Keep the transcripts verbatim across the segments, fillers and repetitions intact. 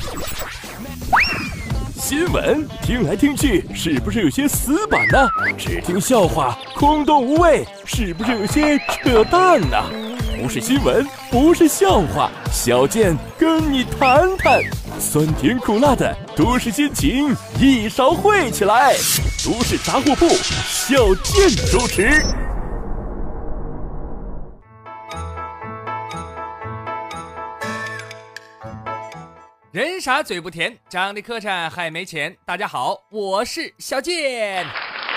新闻听来听去，是不是有些死板呢？只听笑话，空洞无味，是不是有些扯淡呢？不是新闻，不是笑话，小健跟你谈谈，酸甜苦辣的都市心情一勺烩起来。都市杂货铺，小健主持。 人傻嘴不甜，长得磕碜还没钱。大家好，我是小健。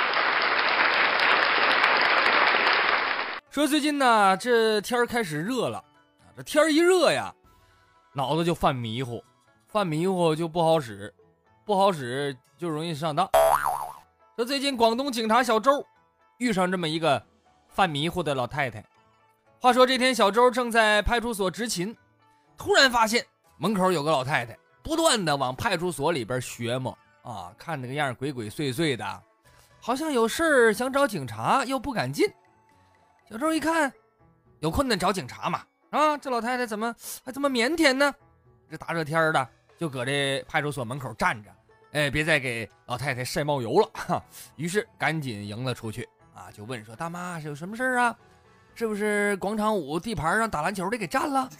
说最近呢，这天开始热了，这天一热呀，脑子就犯迷糊，犯迷糊就不好使，不好使就容易上当。说最近广东警察小周遇上这么一个犯迷糊的老太太。话说这天小周正在派出所执勤，突然发现门口有个老太太不断的往派出所里边学摸啊，看这个样鬼鬼祟祟的，好像有事儿想找警察又不敢进。小周一看有困难找警察嘛，啊，这老太太怎么还这么腼腆呢？这大热天的就搁这派出所门口站着，哎，别再给老太太晒冒油了哈。于是赶紧迎了出去啊，就问说：“大妈，是有什么事啊？是不是广场舞地盘上打篮球的给占了？”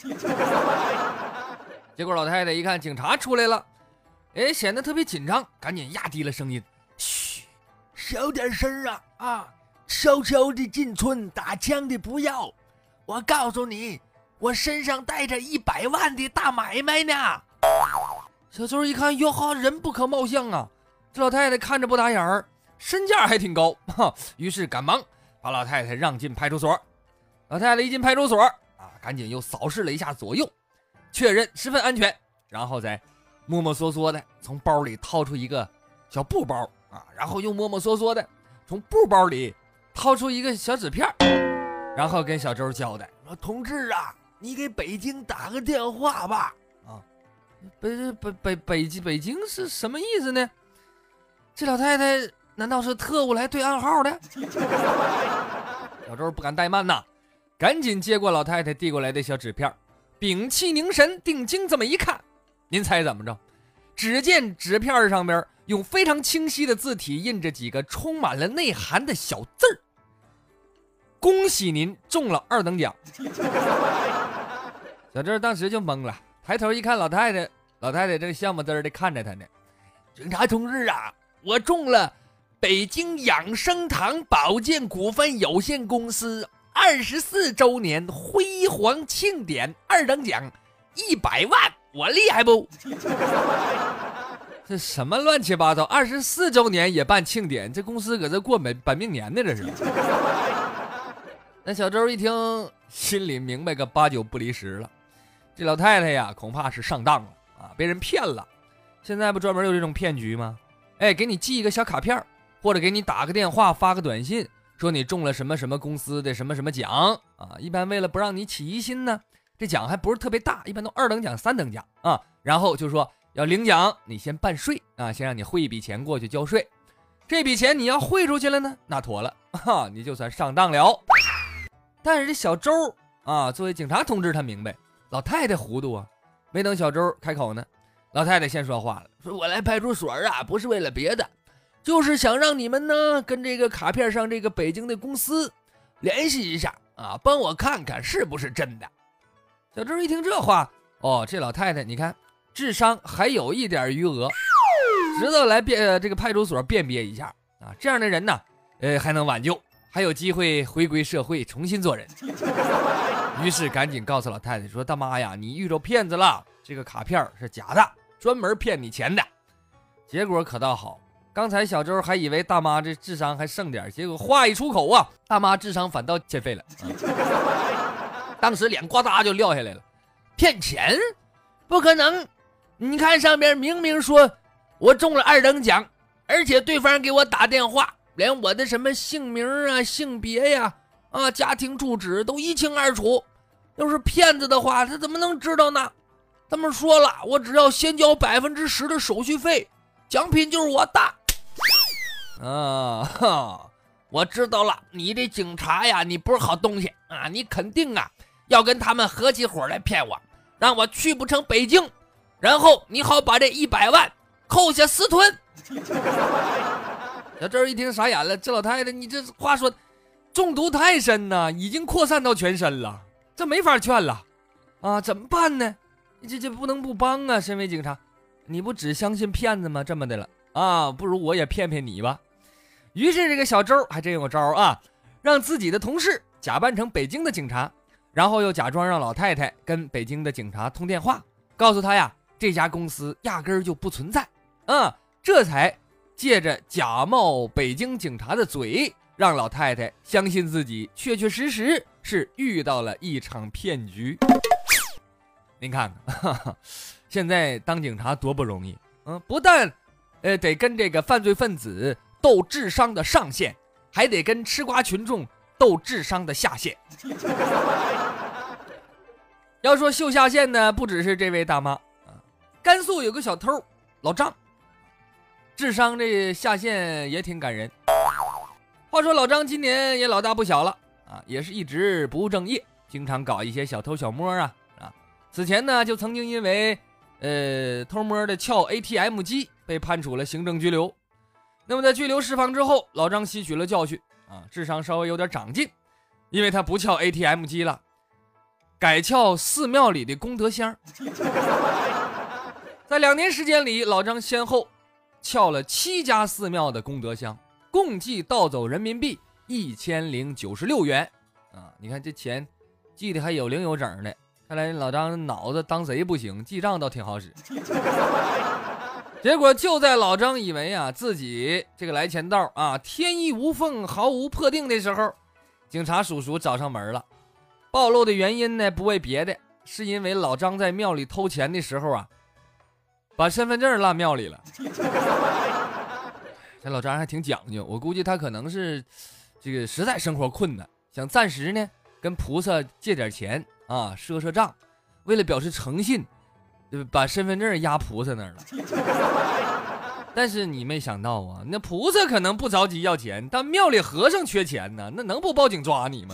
结果老太太一看警察出来了，哎，显得特别紧张，赶紧压低了声音：“嘘，小点声啊啊！悄悄的进村，打枪的不要。我告诉你，我身上带着一百万的大买卖呢。”小周一看，哟哈，人不可貌相啊！这老太太看着不打眼儿，身价还挺高哈，于是赶忙把老太太让进派出所。老太太一进派出所啊，赶紧又扫视了一下左右，确认十分安全，然后再摸摸索索的从包里掏出一个小布包啊，然后又摸摸索索的从布包里掏出一个小纸片，然后跟小周交代说：“同志啊，你给北京打个电话吧。”啊，北北北北京北京是什么意思呢？这老太太难道是特务来对暗号的？小周不敢怠慢呐，赶紧接过老太太递过来的小纸片，屏气凝神，定睛这么一看，您猜怎么着？只见纸片上边用非常清晰的字体印着几个充满了内涵的小字儿：“恭喜您中了二等奖。”小周当时就懵了，抬头一看老太太，老太太正笑么滋儿的看着他呢。“警察同志啊，我中了北京养生堂保健股份有限公司二十四周年辉煌庆典二等奖一百万，我厉害不？”这什么乱七八糟，二十四周年也办庆典，这公司搁这过本本命年呢，这是。那小周一听，心里明白个八九不离十了，这老太太呀恐怕是上当了啊，被人骗了。现在不专门有这种骗局吗？哎，给你寄一个小卡片，或者给你打个电话发个短信，说你中了什么什么公司的什么什么奖啊，一般为了不让你起疑心呢，这奖还不是特别大，一般都二等奖三等奖啊，然后就说要领奖你先办税啊，先让你汇一笔钱过去交税，这笔钱你要汇出去了呢，那妥了啊，你就算上当了。但是这小周啊，作为警察同志，他明白老太太糊涂啊，没等小周开口呢，老太太先说话了，说：“我来派出所啊，不是为了别的，就是想让你们呢跟这个卡片上这个北京的公司联系一下啊，帮我看看是不是真的。”小周一听这话，哦，这老太太你看智商还有一点余额，知道来辨这个派出所辨别一下啊，这样的人呢，呃，还能挽救，还有机会回归社会，重新做人。于是赶紧告诉老太太说：“大妈呀，你遇着骗子了，这个卡片是假的，专门骗你钱的。”结果可倒好，刚才小周还以为大妈这智商还剩点，结果话一出口啊，大妈智商反倒欠费了，啊、当时脸呱嗒就撂下来了。骗钱？不可能！你看上面明明说我中了二等奖，而且对方给我打电话，连我的什么姓名啊、性别呀、啊、家庭住址都一清二楚。要是骗子的话，他怎么能知道呢？他们说了，我只要先交百分之十的手续费，奖品就是我的。啊哈，我知道了，你这警察呀，你不是好东西啊！你肯定啊要跟他们合起伙来骗我，让我去不成北京。 然后你好把这一百万扣下私吞。小周一听傻眼了，这老太太你这话说中毒太深呐，已经扩散到全身了，这没法劝了啊，怎么办呢？这这不能不帮啊，身为警察，你不只相信骗子吗？这么的了啊，不如我也骗骗你吧。于是这个小周还真有招啊，让自己的同事假扮成北京的警察，然后又假装让老太太跟北京的警察通电话，告诉他呀这家公司压根儿就不存在啊，这才借着假冒北京警察的嘴，让老太太相信自己确确实实是遇到了一场骗局。您看看哈哈，现在当警察多不容易，嗯，不但呃得跟这个犯罪分子斗智商的上限，还得跟吃瓜群众斗智商的下限。要说秀下限呢，不只是这位大妈啊，甘肃有个小偷老张，智商这下限也挺感人。话说老张今年也老大不小了啊，也是一直不务正业，经常搞一些小偷小摸啊啊。此前呢，就曾经因为呃偷摸的撬 A T M 机被判处了行政拘留。那么在拘留释放之后，老张吸取了教训啊，智商稍微有点长进，因为他不撬 A T M 机了，改撬寺庙里的功德箱。在两年时间里，老张先后撬了七家寺庙的功德箱，共计盗走人民币一千零九十六元啊！你看这钱记得还有零有整的，看来老张脑子当贼不行，记账倒挺好使。结果就在老张以为啊自己这个来钱道啊天衣无缝毫无破定的时候，警察叔叔找上门了。暴露的原因呢不为别的，是因为老张在庙里偷钱的时候啊把身份证落庙里了。这老张还挺讲究，我估计他可能是这个实在生活困难，想暂时呢跟菩萨借点钱啊赊赊账，为了表示诚信把身份证压菩萨那儿了。但是你没想到啊，那菩萨可能不着急要钱，但庙里和尚缺钱呢，那能不报警抓你吗？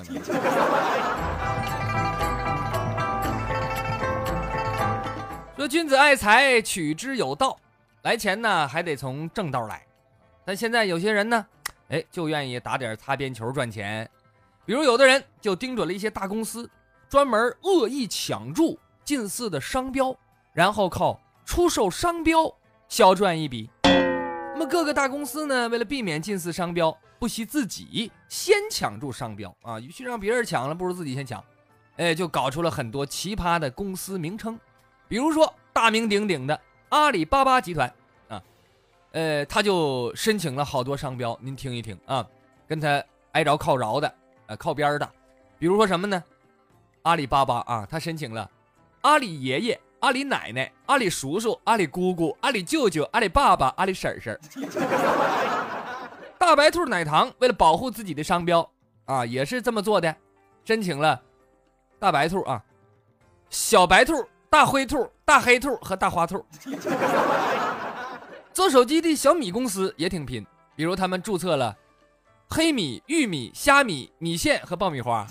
说君子爱财，取之有道，来钱呢还得从正道来。但现在有些人呢，哎，就愿意打点擦边球赚钱。比如有的人就盯准了一些大公司，专门恶意抢注近似的商标，然后靠出售商标小赚一笔。那么各个大公司呢，为了避免近似商标，不惜自己先抢注商标啊，与其让别人抢了，不如自己先抢。哎，就搞出了很多奇葩的公司名称，比如说大名鼎鼎的阿里巴巴集团啊，呃，他就申请了好多商标，您听一听啊，跟他挨着靠着的，呃，靠边的，比如说什么呢？阿里巴巴啊，他申请了阿里爷爷、阿里奶奶、阿里叔叔、阿里姑姑、阿里舅舅、阿里爸爸、阿里婶婶。大白兔奶糖为了保护自己的商标啊，也是这么做的，申请了大白兔啊、小白兔、大灰兔、大黑兔和大花兔。做手机的小米公司也挺拼，比如他们注册了黑米、玉米、虾米、米线和爆米花。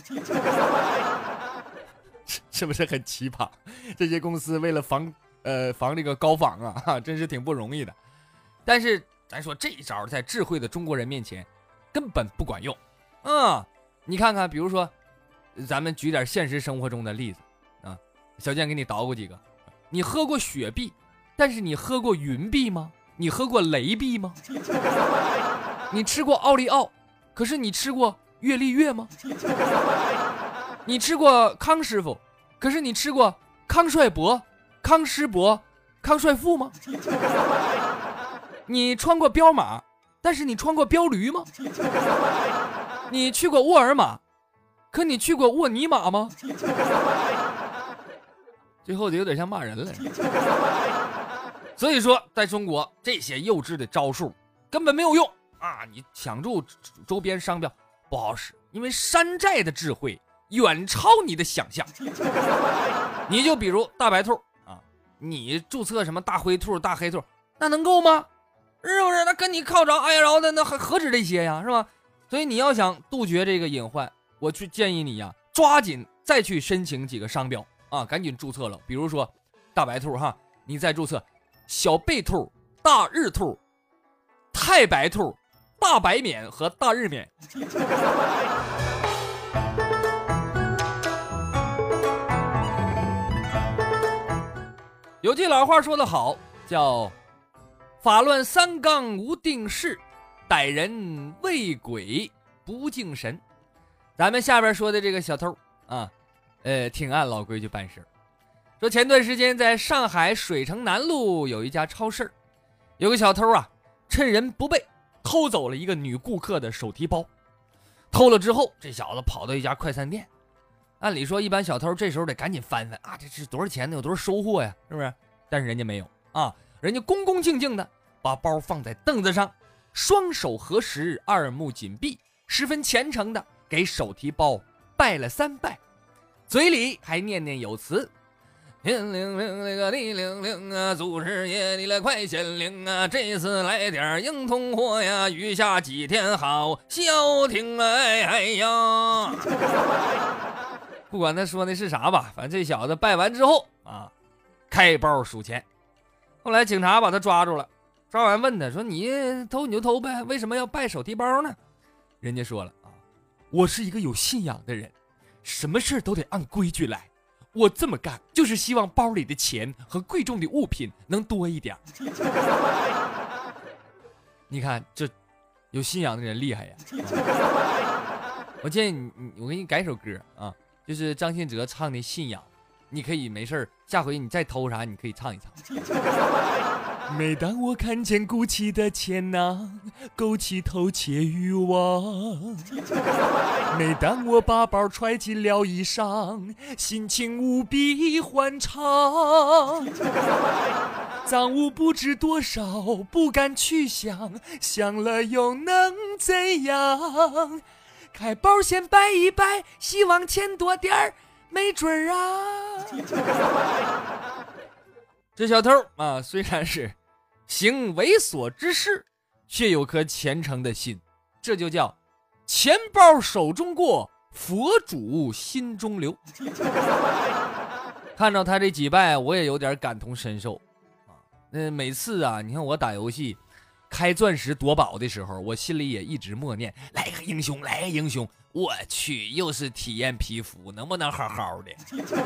是不是很奇葩？这些公司为了防呃防这个高仿啊，真是挺不容易的。但是咱说这一招在智慧的中国人面前根本不管用啊！你看看，比如说咱们举点现实生活中的例子啊，小健给你捣鼓几个。你喝过雪碧，但是你喝过云碧吗？你喝过雷碧吗？你吃过奥利奥，可是你吃过月丽月吗？你吃过康师傅，可是你吃过康帅伯、康师伯、康帅富吗？你穿过彪马，但是你穿过彪驴吗？你去过沃尔玛，可你去过沃尼玛吗？最后就有点像骂人了。所以说在中国这些幼稚的招数根本没有用啊！你抢注周边商标不好使，因为山寨的智慧远超你的想象。你就比如大白兔啊，你注册什么大灰兔、大黑兔，那能够吗？是不是？那跟你靠着挨着的，那还何止这些呀，是吧？所以你要想杜绝这个隐患，我去建议你呀，抓紧再去申请几个商标啊，赶紧注册了。比如说大白兔哈， 你再注册小贝兔、大日兔、太白兔、大白免和大日免。有句老话说得好，叫法乱三纲无定式，逮人畏鬼不敬神。咱们下边说的这个小偷啊，呃，挺按老规矩办事。说前段时间在上海水城南路有一家超市，有个小偷啊，趁人不备偷走了一个女顾客的手提包。偷了之后，这小子跑到一家快餐店。按理说一般小偷这时候得赶紧翻翻啊，这是多少钱呢？有多少收获呀？是不是？但是人家没有啊，人家恭恭敬敬的把包放在凳子上，双手合十，二目紧闭，十分虔诚的给手提包拜了三拜，嘴里还念念有词：天灵灵那个地灵灵啊，祖师爷你来快显灵啊，这次来点硬通货呀，余下几天好消停哎哎呀。不管他说的是啥吧，反正这小子拜完之后啊，开包数钱。后来警察把他抓住了，抓完问他说：“你偷你就偷呗，为什么要拜手提包呢？”人家说了啊，我是一个有信仰的人，什么事都得按规矩来。我这么干就是希望包里的钱和贵重的物品能多一点。你看这有信仰的人厉害呀！我建议你，我给你改首歌啊。就是张信哲唱的信仰，你可以没事下回你再偷啥你可以唱一唱。每当我看见鼓起的钱囊，勾起偷窃欲望，每当我把包揣进了衣裳，心情无比欢畅。赃物不知多少，不敢去想，想了又能怎样？开包先拜一拜，希望钱多点儿，没准儿啊。这小偷啊，虽然是行猥琐之事，却有颗虔诚的心，这就叫钱包手中过，佛主心中留。看到他这几拜，我也有点感同身受啊。那每次啊，你看我打游戏开钻石夺宝的时候，我心里也一直默念：来个英雄，来个英雄！我去，又是体验皮肤，能不能好好的？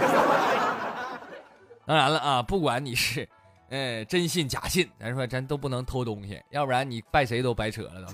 当然了啊，不管你是呃真信假信，咱说咱都不能偷东西，要不然你拜谁都白扯了。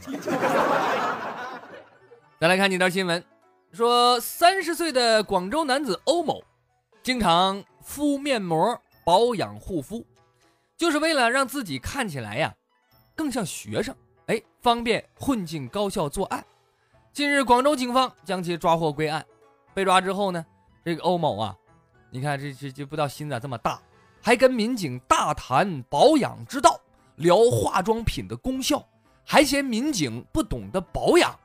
再来看几条新闻，说三十岁的广州男子欧某，经常敷面膜保养护肤，就是为了让自己看起来呀更像学生，哎，方便混进高校作案。近日，广州警方将其抓获归案。被抓之后呢，这个欧某啊，你看这这这不知道心咋这么大，还跟民警大谈保养之道，聊化妆品的功效，还嫌民警不懂得保养。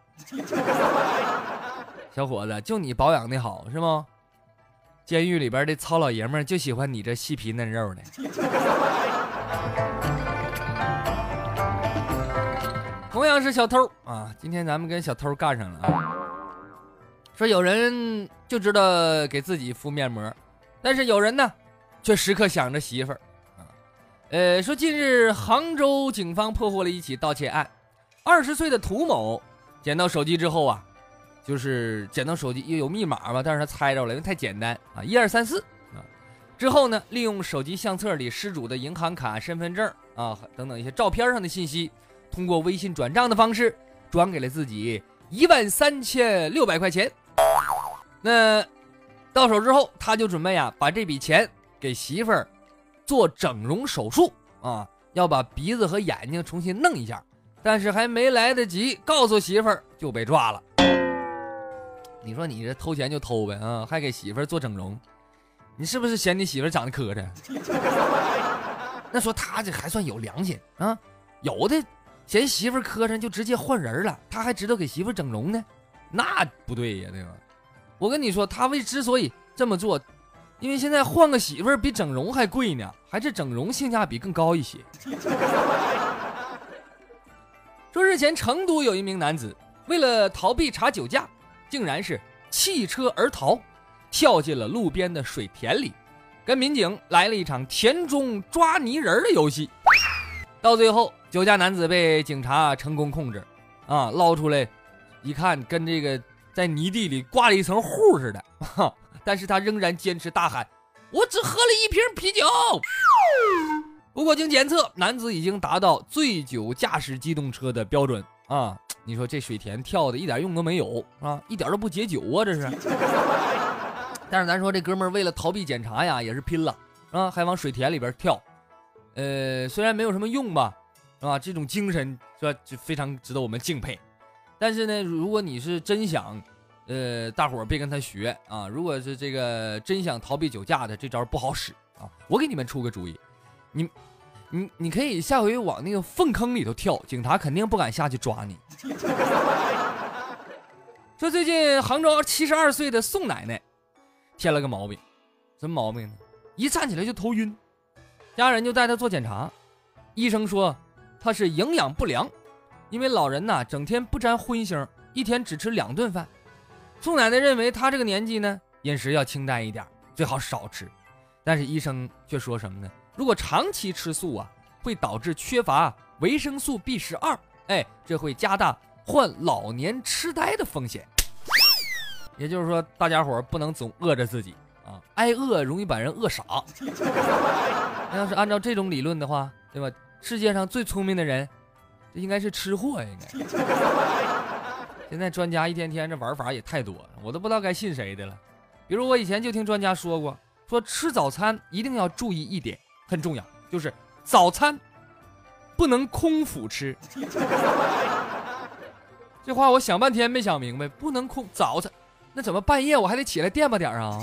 小伙子，就你保养的好是吗？监狱里边的糙老爷们就喜欢你这细皮嫩肉的。同样是小偷啊，今天咱们跟小偷干上了啊。说有人就知道给自己敷面膜，但是有人呢却时刻想着媳妇儿啊。呃，说近日杭州警方破获了一起盗窃案，二十岁的涂某捡到手机之后啊，就是捡到手机又有密码嘛，但是他猜着了，因为太简单啊，一二三四啊。之后呢，利用手机相册里失主的银行卡、身份证啊等等一些照片上的信息，通过微信转账的方式转给了自己一万三千六百块钱。那到手之后，他就准备呀把这笔钱给媳妇儿做整容手术啊，要把鼻子和眼睛重新弄一下，但是还没来得及告诉媳妇儿就被抓了。你说你这偷钱就偷呗啊，还给媳妇儿做整容，你是不是嫌你媳妇儿长得磕碜？那说他这还算有良心啊，有的嫌媳妇儿磕碜就直接换人了，他还知道给媳妇儿整容呢，那不对呀，对吧？我跟你说，他为之所以这么做，因为现在换个媳妇儿比整容还贵呢，还是整容性价比更高一些。说日前成都有一名男子为了逃避查酒驾，竟然是弃车而逃，跳进了路边的水田里， 跟民警来了一场田中抓泥人的游戏。到最后，酒驾男子被警察成功控制，啊，捞出来一看，跟这个在泥地里挂了一层糊似的，哈，但是他仍然坚持大喊：“我只喝了一瓶啤酒。”不过经检测，男子已经达到醉酒驾驶机动车的标准啊！你说这水田跳的一点用都没有啊，一点都不解酒啊，这是。但是咱说这哥们儿为了逃避检查呀，也是拼了啊，还往水田里边跳。呃，虽然没有什么用吧，是吧？这种精神是吧，就非常值得我们敬佩。但是呢，如果你是真想，呃，大伙儿别跟他学啊。如果是这个真想逃避酒驾的，这招不好使啊。我给你们出个主意，你，你，你可以下回往那个粪坑里头跳，警察肯定不敢下去抓你。说最近杭州七十二岁的宋奶奶添了个毛病，什么毛病呢？一站起来就头晕，家人就带她做检查，医生说她是营养不良，因为老人呐整天不沾荤腥，一天只吃两顿饭。宋奶奶认为她这个年纪呢，饮食要清淡一点，最好少吃。但是医生却说什么呢？如果长期吃素啊，会导致缺乏维生素 B 十二， 哎，这会加大患老年痴呆的风险。也就是说，大家伙不能总饿着自己啊，挨饿容易把人饿傻。那要是按照这种理论的话，对吧？世界上最聪明的人，这应该是吃货，应该。现在专家一天天这玩法也太多了，我都不知道该信谁的了。比如我以前就听专家说过，说吃早餐一定要注意一点，很重要，就是早餐不能空腹吃。这话我想半天没想明白，不能空早餐。那怎么半夜我还得起来垫吧点啊？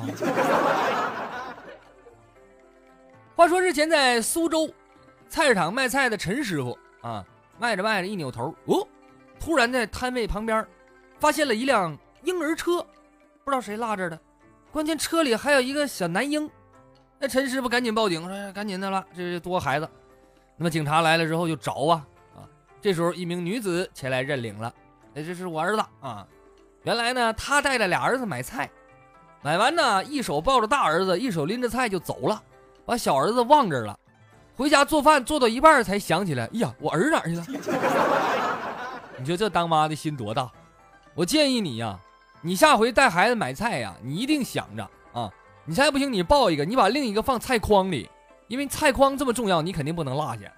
话说之前在苏州菜市场卖菜的陈师傅啊，卖着卖着一扭头，哦，突然在摊位旁边发现了一辆婴儿车，不知道谁拉着的，关键车里还有一个小男婴。那陈师傅赶紧报警，说赶紧的了，这是多孩子。那么警察来了之后就找啊啊，这时候一名女子前来认领了，哎，这是我儿子啊。原来呢，他带着俩儿子买菜，买完呢，一手抱着大儿子，一手拎着菜就走了，把小儿子忘这儿了。回家做饭做到一半才想起来，哎呀，我儿哪儿去了？你说这当妈的心多大？我建议你呀，你下回带孩子买菜呀，你一定想着啊，你才不行，你抱一个，你把另一个放菜筐里，因为菜筐这么重要，你肯定不能落下。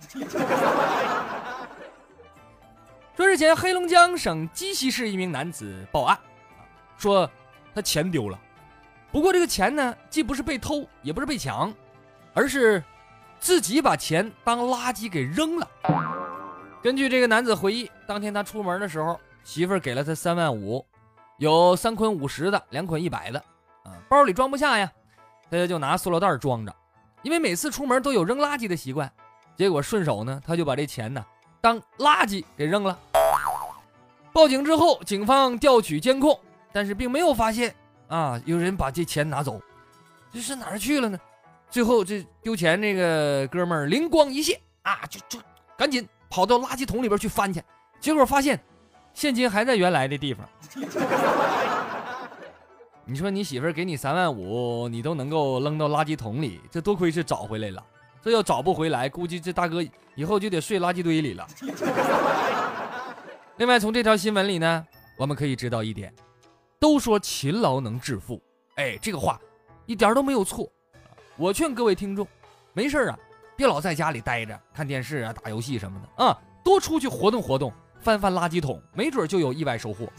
说日前，黑龙江省鸡西市一名男子报案，说他钱丢了。不过这个钱呢，既不是被偷，也不是被抢，而是自己把钱当垃圾给扔了。根据这个男子回忆，当天他出门的时候，媳妇儿给了他三万五，有三捆五十的，两捆一百的，啊，包里装不下呀，他就拿塑料袋装着，因为每次出门都有扔垃圾的习惯。结果顺手呢，他就把这钱呢当垃圾给扔了。报警之后，警方调取监控，但是并没有发现啊有人把这钱拿走，这是哪儿去了呢？最后这丢钱这个哥们儿灵光一现啊，就就赶紧跑到垃圾桶里边去翻去，结果发现现金还在原来的地方。你说你媳妇儿给你三万五，你都能够扔到垃圾桶里，这多亏是找回来了。这要找不回来，估计这大哥以后就得睡垃圾堆里了。另外，从这条新闻里呢，我们可以知道一点，都说勤劳能致富，哎，这个话一点都没有错。我劝各位听众，没事啊，别老在家里待着看电视啊、打游戏什么的啊，多出去活动活动，翻翻垃圾桶，没准就有意外收获。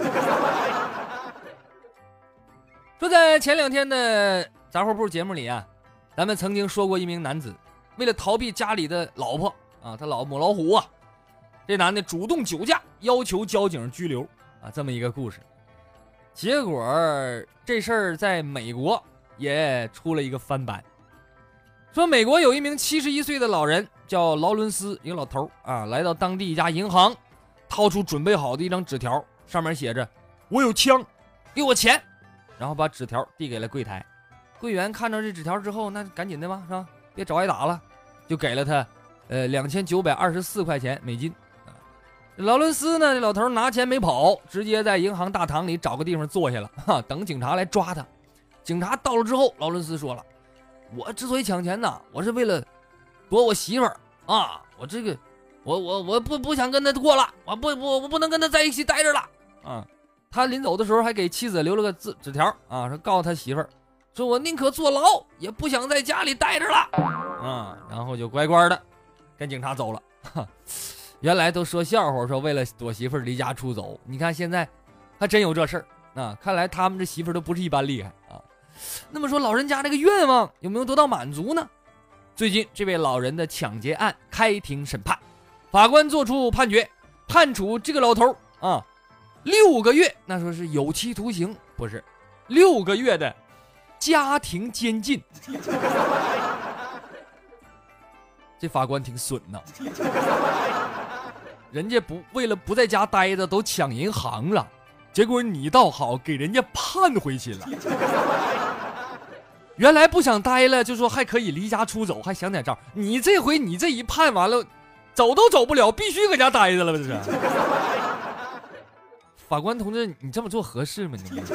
说在前两天的杂货铺节目里啊，咱们曾经说过一名男子为了逃避家里的老婆啊，他老母老虎啊，这男的主动酒驾，要求交警拘留啊，这么一个故事。结果这事儿在美国也出了一个翻版，说美国有一名七十一岁的老人叫劳伦斯，一个老头啊，来到当地一家银行，掏出准备好的一张纸条，上面写着我有枪，给我钱，然后把纸条递给了柜台。柜员看到这纸条之后，那赶紧的吧，是吧？别找挨打了，就给了他呃两千九百二十四块钱美金。劳伦斯呢，这老头拿钱没跑，直接在银行大堂里找个地方坐下了，哈，等警察来抓他。警察到了之后，劳伦斯说了：“ 我之所以抢钱呢，我是为了躲我媳妇儿啊，我这个我我我不不想跟他过了，我不不我不能跟他在一起待着了啊。他临走的时候还给妻子留了个字纸条啊，说告诉他媳妇儿，说我宁可坐牢，也不想在家里待着了啊。然后就乖乖的跟警察走了。原来都说笑话，说为了躲媳妇儿离家出走，你看现在还真有这事儿啊！看来他们这媳妇儿都不是一般厉害啊。那么说老人家这个愿望有没有得到满足呢？最近这位老人的抢劫案开庭审判，法官作出判决，判处这个老头啊六个月，那说是有期徒刑，不是六个月的家庭监禁。这法官挺损呐，人家不为了不在家待着都抢银行了，结果你倒好，给人家判回去了。原来不想待了，就说还可以离家出走，还想点招。你这回你这一判完了，走都走不了，必须搁家待着了吧？这是。法官同志，你这么做合适吗？你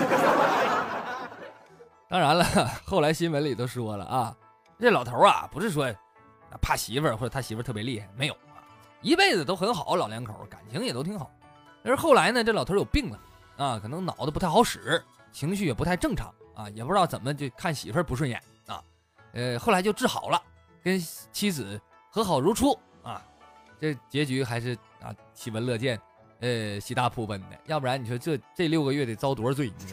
当然了，后来新闻里都说了啊，这老头啊，不是说怕媳妇儿或者他媳妇儿特别厉害，没有啊，一辈子都很好，老两口感情也都挺好。但是后来呢，这老头有病了啊，可能脑子不太好使，情绪也不太正常啊，也不知道怎么就看媳妇儿不顺眼啊，呃，后来就治好了，跟妻子和好如初啊，这结局还是啊喜闻乐见，呃，喜大普奔的。要不然你说这这六个月得遭多少罪？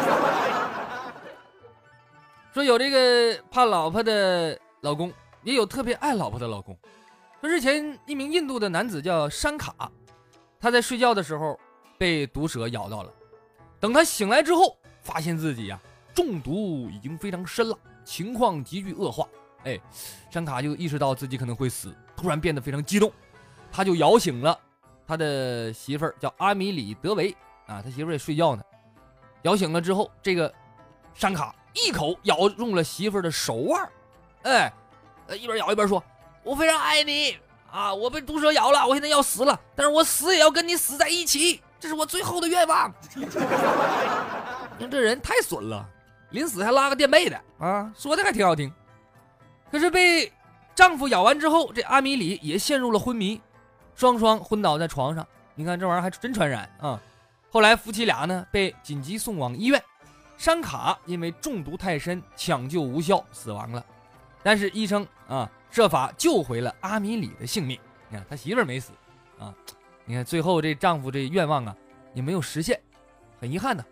说有这个怕老婆的老公，也有特别爱老婆的老公。说日前一名印度的男子叫山卡，他在睡觉的时候被毒蛇咬到了，等他醒来之后，发现自己呀、啊、中毒已经非常深了，情况急剧恶化。哎，山卡就意识到自己可能会死，突然变得非常激动，他就摇醒了他的媳妇儿，叫阿米里德维啊，他媳妇儿也睡觉呢。摇醒了之后，这个山卡一口咬中了媳妇儿的手腕，哎，一边咬一边说：“我非常爱你啊！我被毒蛇咬了，我现在要死了，但是我死也要跟你死在一起，这是我最后的愿望。”你看这人太损了，临死还拉个垫背的啊，说的还挺好听。可是被丈夫咬完之后，这阿米里也陷入了昏迷，双双昏倒在床上。你看这玩意儿还真传染啊！后来夫妻俩呢被紧急送往医院，山卡因为中毒太深，抢救无效死亡了。但是医生啊设法救回了阿米里的性命。你看他媳妇儿没死啊，你看最后这丈夫这愿望啊也没有实现，很遗憾的。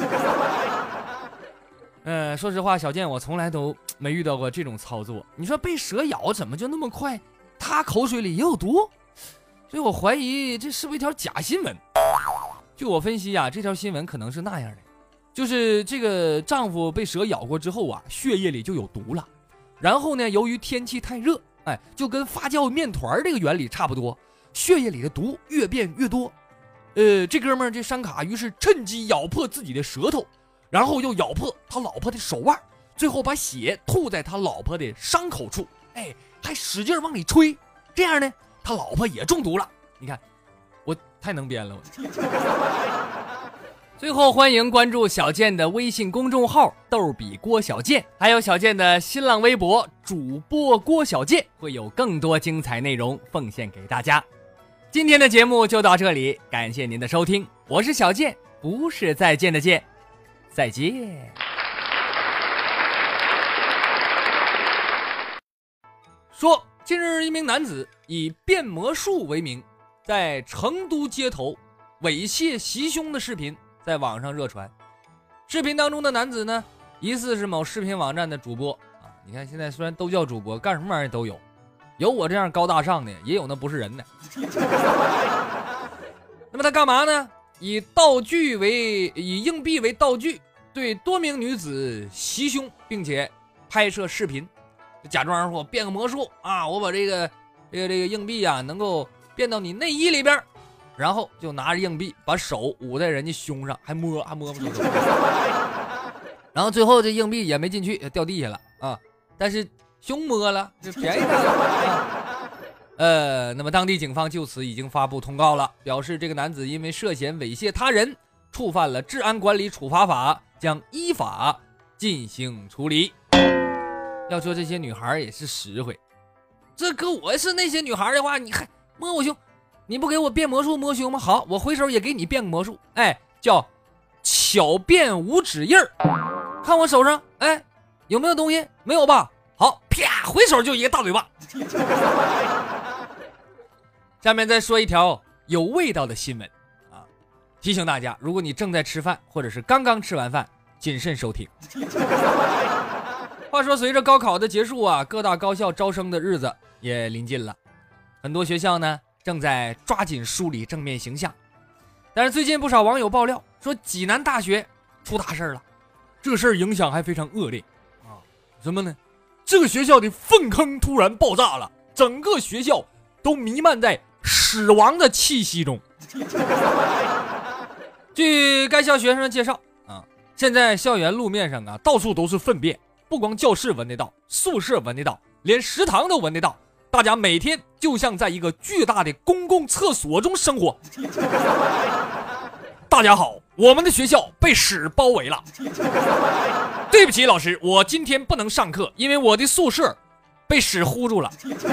呃，说实话，小健我从来都没遇到过这种操作。你说被蛇咬怎么就那么快？他口水里也有毒，所以我怀疑这是不是一条假新闻。据我分析啊，这条新闻可能是那样的，就是这个丈夫被蛇咬过之后啊，血液里就有毒了。然后呢，由于天气太热，哎，就跟发酵面团这个原理差不多，血液里的毒越变越多。呃，这哥们儿这山卡于是趁机咬破自己的舌头，然后又咬破他老婆的手腕，最后把血吐在他老婆的伤口处，哎，还使劲往里吹，这样呢，他老婆也中毒了。你看，我太能编了我。最后欢迎关注小健的微信公众号逗比郭小健，还有小健的新浪微博主播郭小健，会有更多精彩内容奉献给大家。今天的节目就到这里，感谢您的收听，我是小健，不是再见的见，再见。说近日一名男子以变魔术为名，在成都街头猥亵袭胸的视频在网上热传。视频当中的男子呢，疑似是某视频网站的主播啊。你看现在虽然都叫主播，干什么玩意儿都有，有我这样高大上的，也有那不是人的。那么他干嘛呢？以道具为以硬币为道具，对多名女子袭胸，并且拍摄视频，假装说我变个魔术啊，我把这个这个这个硬币啊能够变到你内衣里边，然后就拿着硬币把手捂在人家胸上，还摸还摸不出手。然后最后这硬币也没进去，掉地下了啊！但是胸摸了，这便宜他了。啊呃，那么当地警方就此已经发布通告了，表示这个男子因为涉嫌猥亵他人，触犯了治安管理处罚法，将依法进行处理。 要说这些女孩也是实惠，这搁我是那些女孩的话，你还摸我胸，你不给我变魔术摸胸吗？好，我回手也给你变个魔术，哎，叫巧变五指印儿。看我手上，哎，有没有东西？没有吧？好，啪，回手就一个大嘴巴。下面再说一条有味道的新闻啊，提醒大家，如果你正在吃饭或者是刚刚吃完饭，谨慎收听。话说随着高考的结束啊，各大高校招生的日子也临近了，很多学校呢正在抓紧梳理正面形象。但是最近不少网友爆料说，济南大学出大事了，这事儿影响还非常恶劣啊！什么呢？这个学校的粪坑突然爆炸了，整个学校都弥漫在死亡的气息中。据该校学生的介绍啊，现在校园路面上啊到处都是粪便，不光教室闻得到，宿舍闻得到，连食堂都闻得到。大家每天就像在一个巨大的公共厕所中生活。大家好，我们的学校被屎包围了。对不起老师，我今天不能上课，因为我的宿舍被屎糊住了。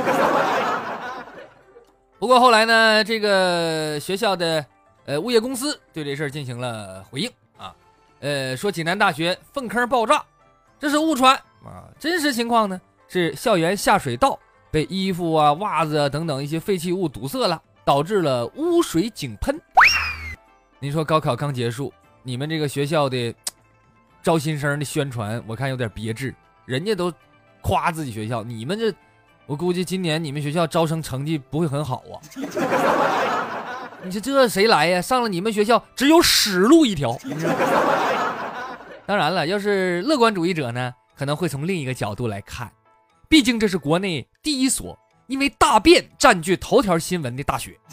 不过后来呢，这个学校的呃物业公司对这事儿进行了回应啊，呃说济南大学粪坑爆炸，这是误传啊，真实情况呢是校园下水道被衣服啊、袜子啊等等一些废弃物堵塞了，导致了污水井喷。您说高考刚结束，你们这个学校的招新生的宣传我看有点别致，人家都夸自己学校，你们这我估计今年你们学校招生成绩不会很好啊。你说这谁来呀？上了你们学校只有死路一条。当然了，要是乐观主义者呢，可能会从另一个角度来看，毕竟这是国内第一所因为大便占据头条新闻的大学。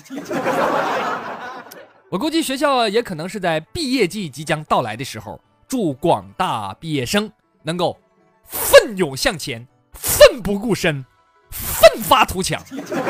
我估计学校也可能是在毕业季即将到来的时候，祝广大毕业生能够奋勇向前，奋不顾身，奋发图强。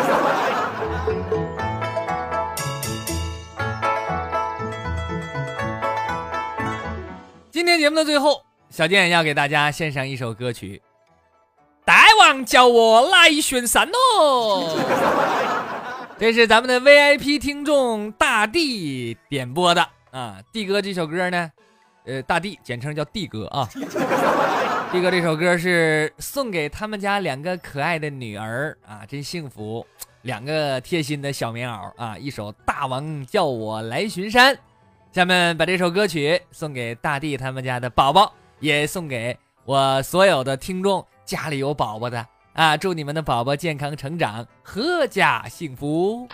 今天节目的最后，小健要给大家献上一首歌曲，大王叫我来巡山哦。这是咱们的 V I P 听众大地点播的啊，地哥这首歌呢，呃，大地简称叫地哥啊。地哥这首歌是送给他们家两个可爱的女儿啊，真幸福，两个贴心的小棉袄啊，一首大王叫我来巡山。下面把这首歌曲送给大地他们家的宝宝，也送给我所有的听众家里有宝宝的啊，祝你们的宝宝健康成长，阖家幸福。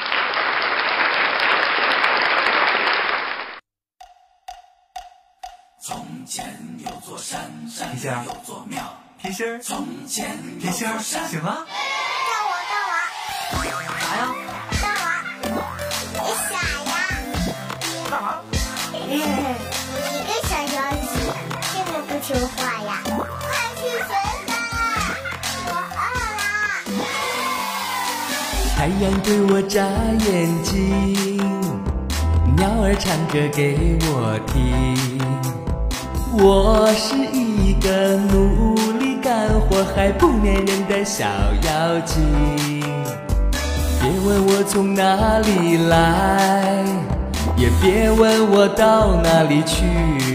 从前有座山，山有座庙。皮心儿，从前皮心儿，行吗？ 到我到我。 啥呀？ 到我。你傻呀？ 干嘛？ 你个小小子，这么不听话呀？快去睡吧，我饿了。 太阳对我眨眼睛，鸟儿唱歌给我听。我是一个努力干活还不粘人的小妖精，别问我从哪里来，也别问我到哪里去，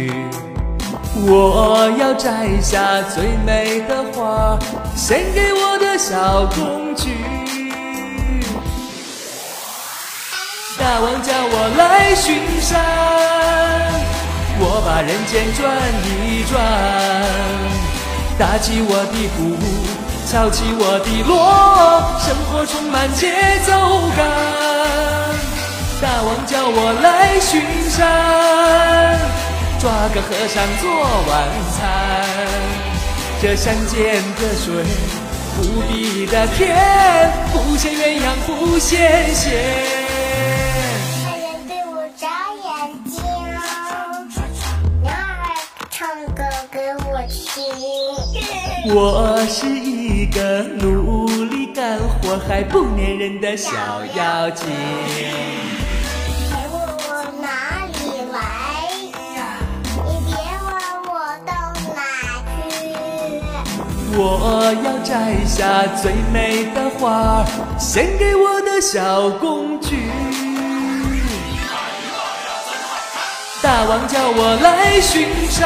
我要摘下最美的花献给我的小公举。大王叫我来巡山，我把人间转一转，打起我的鼓，敲起我的锣，生活充满节奏感。大王叫我来巡山，抓个和尚做晚餐，这山间的水，无比的甜，不羡鸳鸯不羡仙。我是一个努力干活还不粘人的小妖精。 别问我哪里来，你别问我到哪去， 我要摘下最美的花，献给我的小公举。大王叫我来巡山，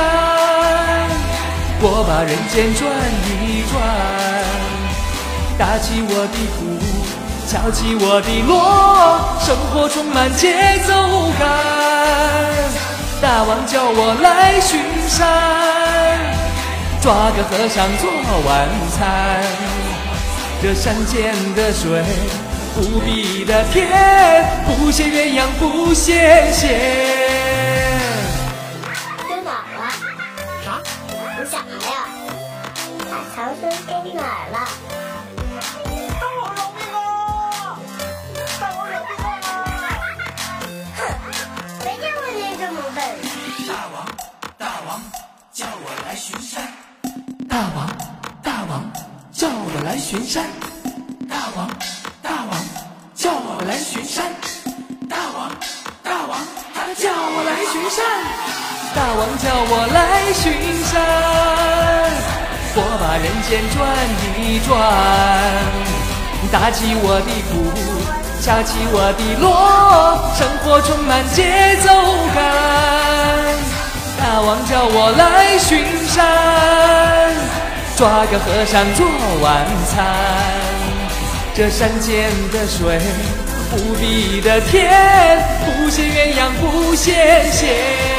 我把人间转一转，打起我的鼓，敲起我的锣，生活充满节奏感。大王叫我来巡山，抓个和尚做晚餐。这山间的水无比的甜，不羡鸳鸯不羡仙。 丢哪儿了？ 啥？ 你啥呀？把唐僧丢哪儿了？ 大王饶命啊！大王饶命啊！ 哼，没见过你这么笨。 大王，大王，叫我来巡山。 大王，大王，叫我来巡山。 大王，大王，叫我来巡山。大王，大王，他叫我来巡山。 大王叫我来巡山，我把人间转一转，打起我的鼓，敲起我的锣，生活充满节奏感。大王叫我来巡山，抓个和尚做晚餐。这山间的水无比的甜，不羡鸳鸯不羡仙。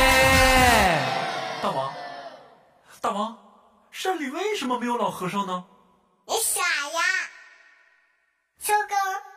大王，大王，山里为什么没有老和尚呢？ 你傻呀？秋哥。